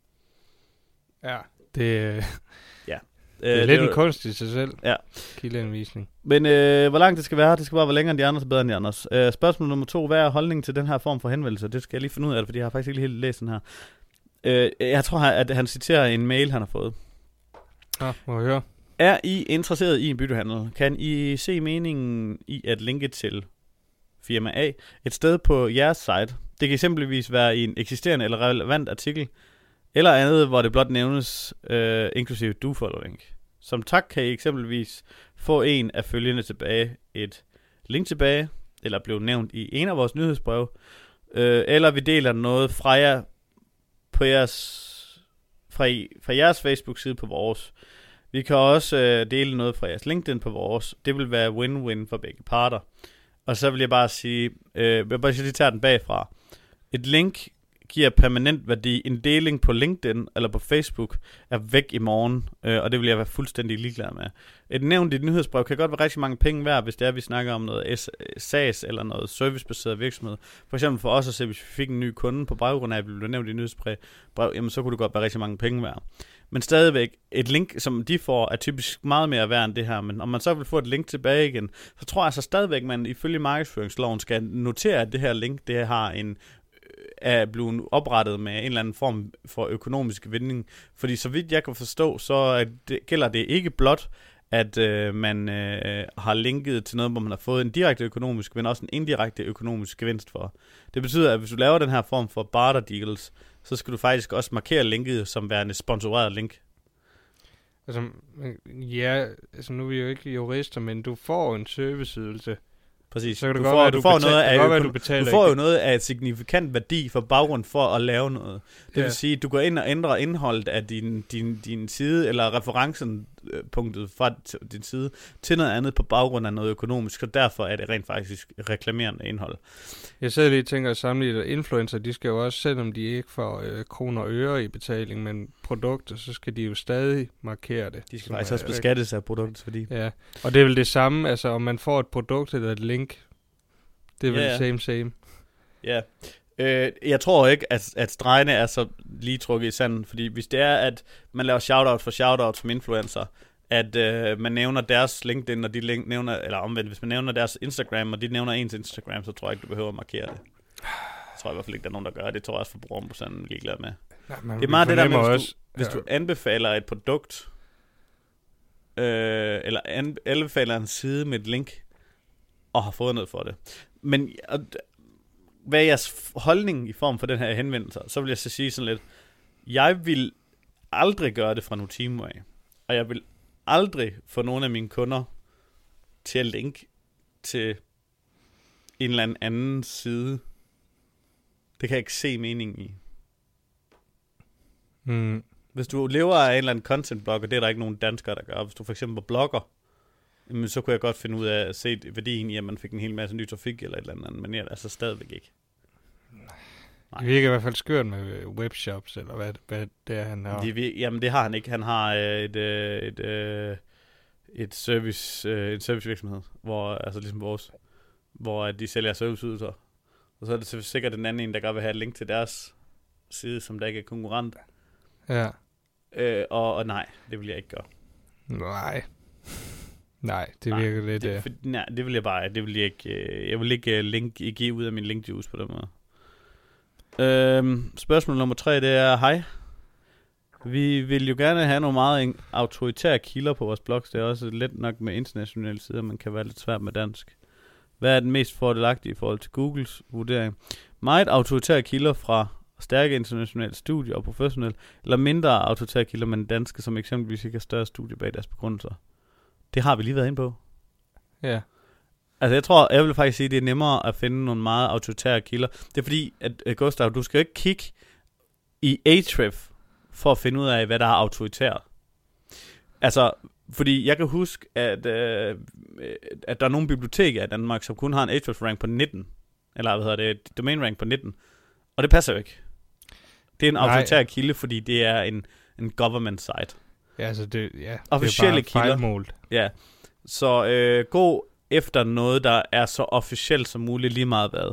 Ja, det, ja. det er øh, lidt det, en kunst i sig selv. Ja. Kildeanvisning. Men øh, hvor langt det skal være, det skal bare være længere end de andre, så bedre end de andres. Øh, spørgsmål nummer to, hvad er holdningen til den her form for henvendelse? Det skal jeg lige finde ud af, fordi jeg har faktisk ikke helt læst den her. Øh, jeg tror, at han citerer en mail, han har fået. Ja, må jeg høre. Er I interesseret i en byttehandel? Kan I se meningen i at linke til firma A et sted på jeres site? Det kan eksempelvis være i en eksisterende eller relevant artikel, eller andet, hvor det blot nævnes, øh, inklusive do-follow-link. Som tak kan I eksempelvis få en af følgende tilbage, et link tilbage, eller blev nævnt i en af vores nyhedsbreve, øh, eller vi deler noget fra jer på jeres, fra, I, fra jeres Facebook-side på vores. Vi kan også øh, dele noget fra jeres LinkedIn på vores. Det vil være win-win for begge parter. Og så vil jeg bare sige, øh, jeg vil bare lige tage den bagfra. Et link giver permanent værdi. En deling på LinkedIn eller på Facebook er væk i morgen, øh, og det vil jeg være fuldstændig ligeglad med. Et nævnt i et nyhedsbrev kan godt være rigtig mange penge værd, hvis det er, vi snakker om noget SaaS eller noget servicebaseret virksomhed. For eksempel for os at se, hvis vi fik en ny kunde på baggrund af, at vi blev nævnt i et nyhedsbrev, jamen så kunne det godt være rigtig mange penge værd. Men stadigvæk, et link, som de får, er typisk meget mere værd end det her. Men om man så vil få et link tilbage igen, så tror jeg så stadigvæk, man ifølge markedsføringsloven skal notere, at det her link, det har en er blevet oprettet med en eller anden form for økonomisk vinding. Fordi så vidt jeg kan forstå, så det, gælder det ikke blot, at øh, man øh, har linket til noget, hvor man har fået en direkte økonomisk, men også en indirekte økonomisk gevinst for. Det betyder, at hvis du laver den her form for barter deals, så skal du faktisk også markere linket som værende sponsoreret link. Altså, ja, altså nu er vi jo ikke jurister, men du får en serviceydelse. Præcis. Så kan det du godt får, være, du du får betaler, noget af, godt være, du, du betaler du får ikke. jo noget af et signifikant værdi for baggrund for at lave noget. Det ja. vil sige, at du går ind og ændrer indholdet af din, din, din side, eller referencepunktet fra din side, til noget andet på baggrund af noget økonomisk, og derfor er det rent faktisk reklamerende indhold. Jeg sidder lige og tænker at sammenligne, at influencer, de skal jo også, selvom de ikke får øh, kroner og øre i betaling, men produkter, så skal de jo stadig markere det. De skal faktisk også beskattes af produktets værdi. Ja, og det er vel det samme, altså om man får et produkt eller et link, det er vel ja, same same. Ja, øh, jeg tror ikke, at, at stregene er så lige trukket i sanden, fordi hvis det er, at man laver shoutout for shoutout som influencer, at øh, man nævner deres LinkedIn, og de link, nævner, eller omvendt, hvis man nævner deres Instagram, og de nævner ens Instagram, så tror jeg ikke, du behøver at markere det. Jeg tror i hvert fald ikke, der er nogen, der gør det. Det tror jeg også, forbrugeren på sådan ligeglad med. Ja, man, det er meget det der med, hvis, også, du, hvis ja. du anbefaler et produkt, øh, eller an, anbefaler en side med et link, og har fået noget for det. Men og, hvad er jeres holdning i form for den her henvendelse? Så vil jeg så sige sådan lidt, jeg vil aldrig gøre det fra Notimo af, og jeg vil aldrig få nogle af mine kunder til at linke til en eller anden anden side. Det kan jeg ikke se meningen i. Mm. Hvis du lever af en eller anden content blogger, det er der ikke nogen danskere, der gør. Hvis du for eksempel var blogger, jamen, så kunne jeg godt finde ud af at se værdien i, at man fik en hel masse ny trafik eller et eller andet, men jeg altså stadigvæk ikke. Nej. Det virker i hvert fald skørt med webshops, eller hvad, hvad det er, han har. Det, jamen, det har han ikke. Han har øh, et, øh, et, øh, et service, øh, en servicevirksomhed, hvor, altså ligesom vores, hvor de sælger serviceydelser. Og så er det sikkert den anden en, der godt vil have et link til deres side, som der ikke er konkurrent. Ja. Øh, og, og nej, det vil jeg ikke gøre. Nej. Nej, det nej, virker lidt... Det, for, nej, det vil jeg bare... Det vil jeg ikke... Øh, jeg vil ikke uh, link, give ud af min linkjuice på den måde. Øhm, spørgsmål nummer tre, det er... Hej. Vi vil jo gerne have nogle meget autoritære kilder på vores blogs. Det er også let nok med internationale sider, men kan være lidt svært med dansk. Hvad er den mest fordelagtige i forhold til Googles vurdering? Meget autoritære kilder fra stærke internationale studier og professionelle, eller mindre autoritære kilder, men danske, som eksempelvis ikke har større studier bag deres begrundelser. Det har vi lige været inde på. Ja. Altså jeg tror, jeg vil faktisk sige, at det er nemmere at finde nogle meget autoritære kilder. Det er fordi, at Gustav, du skal jo ikke kigge i Ahrefs for at finde ud af, hvad der er autoritært. Altså, fordi jeg kan huske, at, øh, at der er nogle biblioteker i Danmark, som kun har en Ahrefs rank på nitten. Eller hvad hedder det, domain rank på nitten. Og det passer jo ikke. Det er en autoritær Nej. kilde, fordi det er en, en government site. Ja, altså det, ja, officielle det er bare kilder. Ja. Så øh, gå efter noget, der er så officielt som muligt lige meget hvad.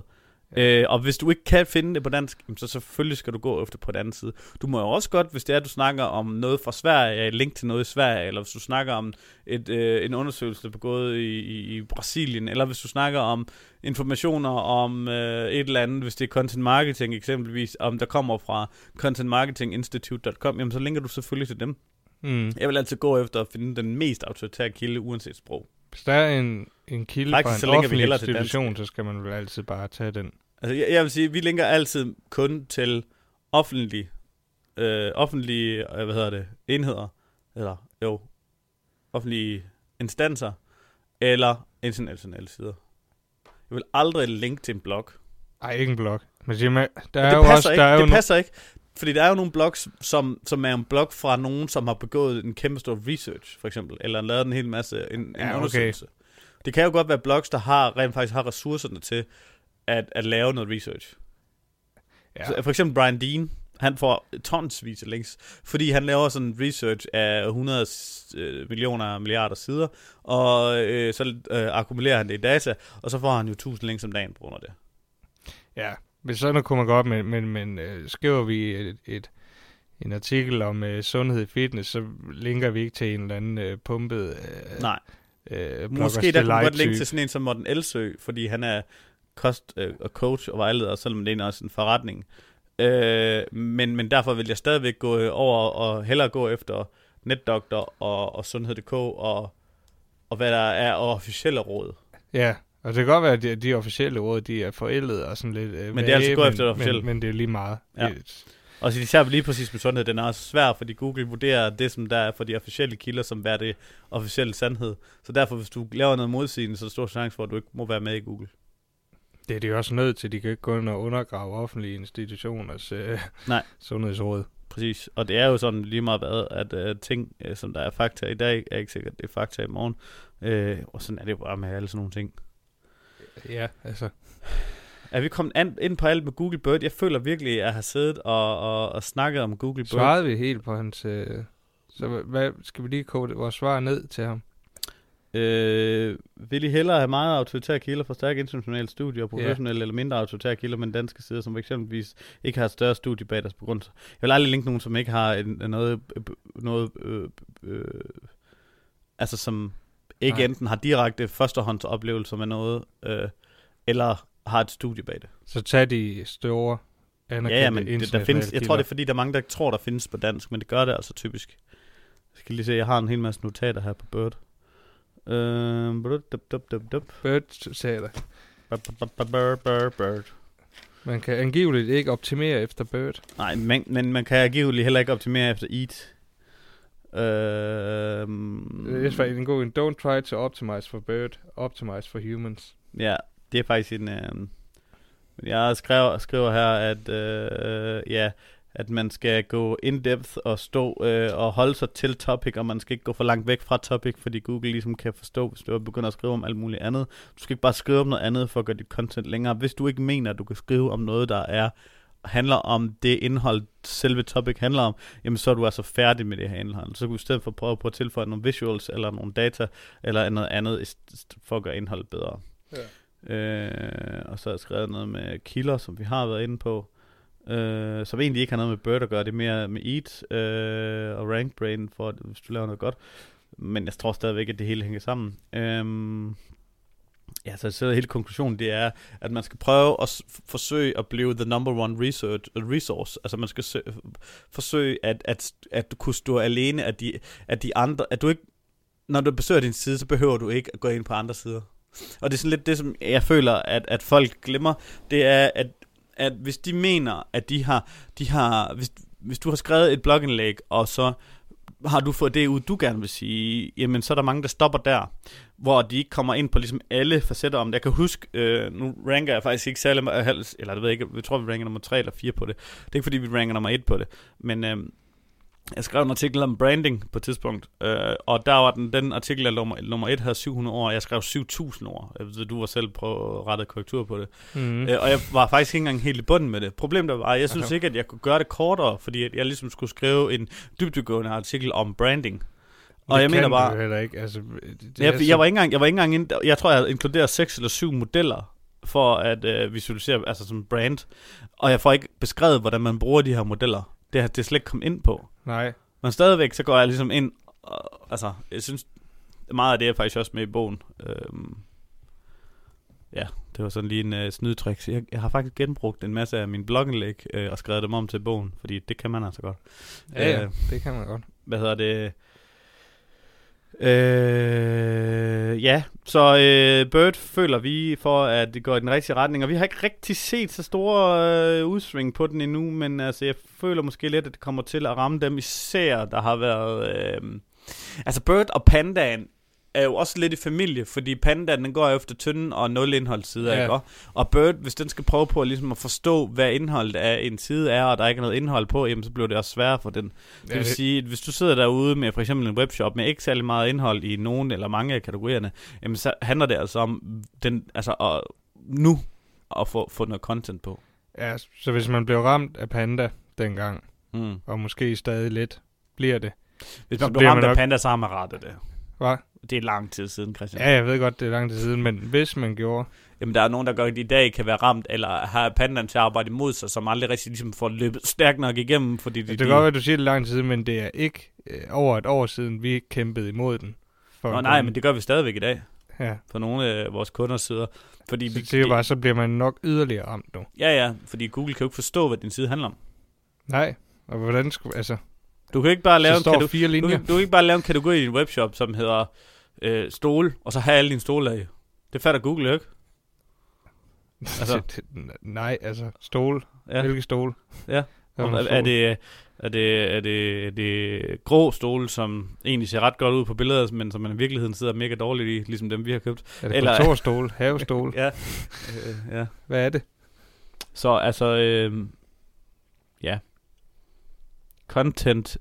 Øh, og hvis du ikke kan finde det på dansk, så selvfølgelig skal du gå efter på den anden side. Du må jo også godt, hvis det er, at du snakker om noget fra Sverige, et link til noget i Sverige, eller hvis du snakker om et, øh, en undersøgelse, der er begået i, i, i Brasilien, eller hvis du snakker om informationer om øh, et eller andet, hvis det er content marketing eksempelvis, om der kommer fra content marketing institute punktum com, jamen så linker du selvfølgelig til dem. Mm. Jeg vil altid gå efter at finde den mest autoritære kilde, uanset sprog. Hvis der er en, en kilde Faktisk, fra en offentlig institution, så skal man vel altid bare tage den. Altså, jeg, jeg vil sige, vi linker altid kun til offentlige, øh, offentlige øh, hvad hedder det, enheder, eller jo, offentlige instanser, eller internationale sider. Jeg vil aldrig linke til en blog. Ej, ikke en blog. Men siger man, der er det jo passer også, ikke, der er det jo passer no- ikke. Fordi der er jo nogle blogs, som, som er en blog fra nogen, som har begået en kæmpe stor research, for eksempel, eller lavet en hel masse, en, ja, en okay. undersøgelse. Det kan jo godt være blogs, der har, rent faktisk har ressourcerne til at, at lave noget research. Ja. Så, for eksempel Brian Dean, han får tonsvis af links, fordi han laver sådan en research af hundrede øh, millioner milliarder sider, og øh, så øh, akkumulerer han det i data, og så får han jo tusind links om dagen på grund af det. Ja, men sådan kunne man godt, men, men, men øh, skriver vi et, et, en artikel om øh, sundhed i fitness, så linker vi ikke til en eller anden øh, pumpet øh, Nej. Øh, Måske der kunne man godt linke til sådan en som Morten Elsø, fordi han er kost- øh, og coach og vejleder, selvom det er også en forretning. Øh, men, men derfor vil jeg stadigvæk gå over og hellere gå efter NetDoktor og, og Sundhed punktum d k og, og hvad der er og officielle råd. Ja, og det kan godt være, at de, de officielle råd, de er forældet og sådan lidt øh, men det er altså gå efter det officielle. Men, men det er lige meget. Ja. Det, og så især lige præcis med sundhed, den er også svær, fordi Google vurderer det, som der er for de officielle kilder, som er det officielle sandhed. Så derfor, hvis du laver noget modsigende, så er der stor chance for, at du ikke må være med i Google. Det er de også nødt til. De kan ikke gå ind og undergrave offentlige institutioners øh, Nej. sundhedsråd. Præcis. Og det er jo sådan lige meget hvad, at uh, ting, uh, som der er fakta i dag, er ikke sikkert, det er fakta i morgen. Uh, og sådan er det jo bare med alle sådan nogle ting. Ja, altså... Er vi kommet an, ind på alt med Google Bird? Jeg føler virkelig, at jeg har siddet og, og, og snakket om Google Bird. Svarede vi helt på hans... Øh, så hvad, skal vi lige kode vores svar ned til ham? Øh, vil I hellere have meget autoritære kilder fra stærke internationale studier, professionelle yeah. eller mindre autoritære kilder, men danske sider, som eksempelvis ikke har et større studie bag deres begrundelse? Jeg vil aldrig linke nogen, som ikke har en, noget... noget øh, øh, altså som ikke Nej. enten har direkte førstehåndsoplevelser med noget, øh, eller har et studie bag det. Så tag de store anerkendte ja, ja, men det, der findes, jeg kilder. tror, det er fordi, der er mange, der tror, der findes på dansk, men det gør det altså typisk. Jeg skal lige se, jeg har en hel masse notater her på Bird. Uh, bird, bird, bird, bird. Bird, sagde jeg Bird, bird, bird. Man kan angiveligt ikke optimere efter Bird. Nej, men, men man kan angiveligt heller ikke optimere efter Eat. Uh, det er faktisk en god en. Don't try to optimize for Bird, optimize for humans. Ja, det er faktisk en... Uh, jeg skriver, skriver her, at uh, ja, at man skal gå in-depth og stå øh, og holde sig til topic, og man skal ikke gå for langt væk fra topic, fordi Google ligesom kan forstå, hvis du begynder at skrive om alt muligt andet. Du skal ikke bare skrive om noget andet for at gøre dit content længere. Hvis du ikke mener, at du kan skrive om noget, der er handler om det indhold, selve topic handler om, jamen så er du altså færdig med det her indhold. Så kan du i stedet for prøve på at tilføje nogle visuals, eller nogle data, eller noget andet, for at gøre indholdet bedre. Ja. Øh, og så har jeg skrevet noget med kilder, som vi har været inde på. Uh, som egentlig ikke har noget med Bird at gøre, det er mere med Eat uh, og RankBrain, for at, hvis du laver noget godt. Men jeg tror stadigvæk, at det hele hænger sammen. Um, ja, så, så hele konklusionen, det er, at man skal prøve at s- forsøge at blive the number one research, uh, resource. Altså man skal sø- forsøge at, at, at du kunne stå alene, at de, at de andre, at du ikke, når du besøger din side, så behøver du ikke at gå ind på andre sider. Og det er sådan lidt det, som jeg føler, at, at folk glemmer, det er, at at hvis de mener, at de har, de har hvis, hvis du har skrevet et blogindlæg, og så har du fået det ud, du gerne vil sige, jamen så er der mange, der stopper der, hvor de ikke kommer ind på ligesom alle facetter om det. Jeg kan huske, øh, nu ranker jeg faktisk ikke særlig, eller jeg ved ikke, jeg tror, vi ranker nummer tre eller fire på det. Det er ikke fordi, vi ranker nummer et på det, men øh, jeg skrev en artikel om branding på et tidspunkt, øh, og der var den, den artikel, der nummer, nummer et havde syv hundrede ord, og jeg skrev syv tusind ord. Jeg ved, du var selv på at rette korrektur på det. Mm. Øh, og jeg var faktisk ikke engang helt i bunden med det. Problemet var, jeg synes okay. ikke, at jeg kunne gøre det kortere, fordi jeg ligesom skulle skrive en dybdegående artikel om branding. Og det jeg mener bare, heller ikke. Altså, det jeg, så... jeg var ikke engang, jeg var ikke engang ind, jeg tror, jeg havde inkluderet seks eller syv modeller for at øh, visualisere, altså som brand. Og jeg får ikke beskrevet, hvordan man bruger de her modeller. Det har det slet ikke kommet ind på. Nej. Men stadigvæk, så går jeg ligesom ind, og, altså, jeg synes, meget af det er faktisk også med i bogen. Øhm, ja, det var sådan lige en øh, snydtrik. Jeg, jeg har faktisk genbrugt en masse af mine blogindlæg øh, og skrevet dem om til bogen, fordi det kan man altså godt. Ja, ja, øh, det kan man godt. Hvad hedder det? Øh, ja, så øh, Bird føler vi for, at det går i den rigtige retning, og vi har ikke rigtig set så store øh, udsving på den endnu, men altså, jeg føler måske lidt, at det kommer til at ramme dem især, der har været... Øh, altså Bird og Pandaen er jo også lidt i familie, fordi Pandaen den går efter tynde og nul indholdssider, ja. Ikke? Og Bird, hvis den skal prøve på at, ligesom at forstå, hvad indholdet af en side er, og der ikke er noget indhold på, jamen, så bliver det også sværere for den. Det ja, vil det... sige, at hvis du sidder derude med for eksempel en webshop med ikke særlig meget indhold i nogen eller mange af kategorierne, jamen, så handler det altså om den, altså, at, nu at få, få noget content på. Ja, så hvis man blev ramt af Panda dengang, mm. og måske stadig lidt bliver det. Hvis man blev ramt af nok... Panda, så har man rettet det. Hvad? Det er lang tid siden, Christian. Ja, jeg ved godt, det er lang tid siden, men hvis man gjorde... Jamen, der er nogen, der godt i dag kan være ramt, eller har pandaen til at arbejde imod sig, som aldrig rigtig ligesom får løbet stærkt nok igennem, fordi... De, det kan de... godt være, at du siger det lang tid siden, men det er ikke øh, over et år siden, vi kæmpede imod den. For Nå nej, den... men det gør vi stadigvæk i dag. Ja. For nogle af vores kunders sider. Fordi så, vi, det er bare, så bliver man nok yderligere ramt nu. Ja, ja, fordi Google kan jo ikke forstå, hvad din side handler om. Nej, og hvordan skulle... Altså, du kan ikke bare lave en kategori, fire linjer. Du, du kan ikke bare lave en kategori i din webshop, som hedder øh, stole, og så have alle dine stole af. Det fatter Google jo ikke. Altså. Nej, altså stole. Ja. Hvilke stole? Ja. Er, er, det, er, det, er, det, er det grå stole, som egentlig ser ret godt ud på billeder, men som man i virkeligheden sidder mega dårligt i, ligesom dem vi har købt? Er det eller kontorstole, havestole? Ja. øh, ja. Hvad er det? Så altså, øh, ja. Content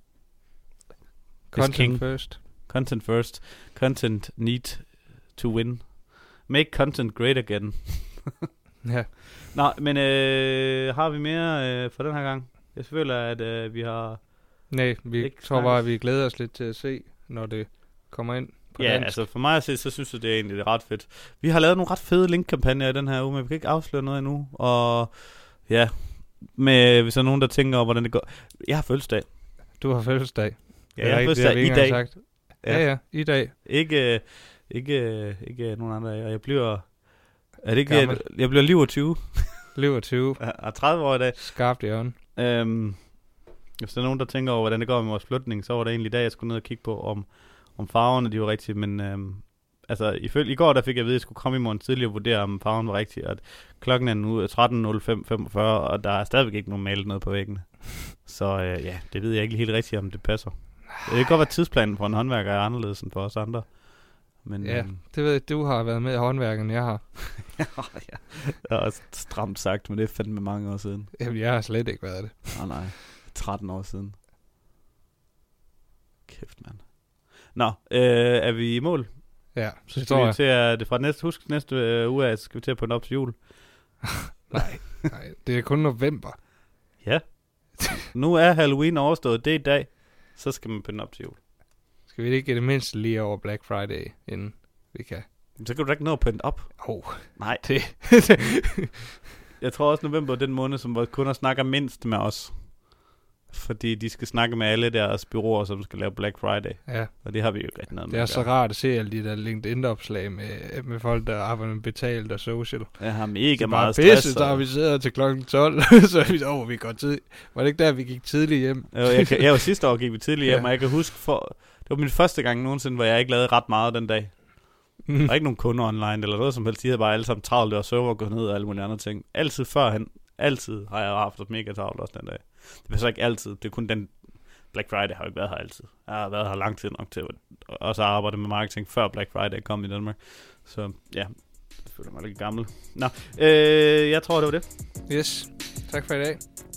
Content first. Content first. Content need to win. Make content great again. Ja. Nå, men øh, har vi mere øh, for den her gang? Jeg føler, at øh, vi har... Nej, vi tror bare, at vi glæder os lidt til at se, når det kommer ind på Ja, dansk. altså for mig at se, så synes jeg, det er egentlig det er ret fedt. Vi har lavet nogle ret fede linkkampagner i den her uge, men vi kan ikke afsløre noget endnu. Og ja, med, hvis der er nogen, der tænker over, hvordan det går... Jeg har fødselsdag. Du har fødselsdag. Ja, jeg har fødselsdag i dag. Sagt. Ja. ja, ja, i dag. Ikke, ikke, ikke nogen andre. Jeg bliver... Er det ikke... Jeg, jeg bliver liveogtyve. liveogtyve. Jeg er tredive år i dag. Skarpt i øjen. Øhm, hvis der er nogen, der tænker over, hvordan det går med vores flytning, så var det egentlig i dag, jeg skulle ned og kigge på, om, om farverne de var rigtige. Men øhm, altså, ifølge, i går der fik jeg at vide, at jeg skulle komme i morgen tidligere og vurdere, om farven var rigtig. At klokken er nu tretten nul fem femogfyrre, og der er stadigvæk ikke nogen malet noget på væggene. Så øh, ja, det ved jeg ikke helt rigtigt, om det passer. Det kan godt være, at tidsplanen for en håndværker er anderledes end for os andre. Men, ja, øhm, det ved jeg, du har været med i håndværken, end jeg har. ja, det er også stramt sagt, men det er fandme mange år siden. Jamen, jeg har slet ikke været det. Nej, nej. tretten år siden. Kæft, mand. Nå, øh, er vi i mål? Ja, så skal vi til at, det fra næste, husk næste øh, uge af, skal vi til at pynte op til jul? nej, nej, det er kun november. Ja. Nu er Halloween overstået, det er i dag. Så skal man pynte op til jul. Skal vi ikke i det mindste lige over Black Friday, inden vi kan? Så kan du da ikke nå at pynte op. Åh, oh, nej. Det. Jeg tror også, november er den måned, som vores kunder snakker mindst med os. Fordi de skal snakke med alle deres bureauer, som skal lave Black Friday. Ja. Og det har vi jo ikke rigtig noget med. Det er så rart at se alle de der LinkedIn-opslag med, med folk, der arbejder med betalt og social. Jeg har mega meget stress. Pisse, så har vi siddet til klokken tolv, så er vi over, vi går tid. Var det ikke der, vi gik tidligt hjem? Jo, jeg, kan, jeg var sidste år gik vi tidligt hjem, ja. Og jeg kan huske, for, det var min første gang nogensinde, hvor jeg ikke lavede ret meget den dag. Mm. Der var ikke nogen kunder online eller noget som helst. De havde bare alle sammen travlt, og server gået ned og alle mulige andre ting. Altid førhen, altid har jeg haft et mega travlt også den dag. Det var så ikke altid. Det er kun den... Black Friday har jo ikke været her altid. Jeg har været her lang tid nok til at også arbejde med marketing, før Black Friday kom i Danmark. Så ja, jeg føler mig lidt gammel. Nå, øh, jeg tror, det var det. Yes. Tak for i dag.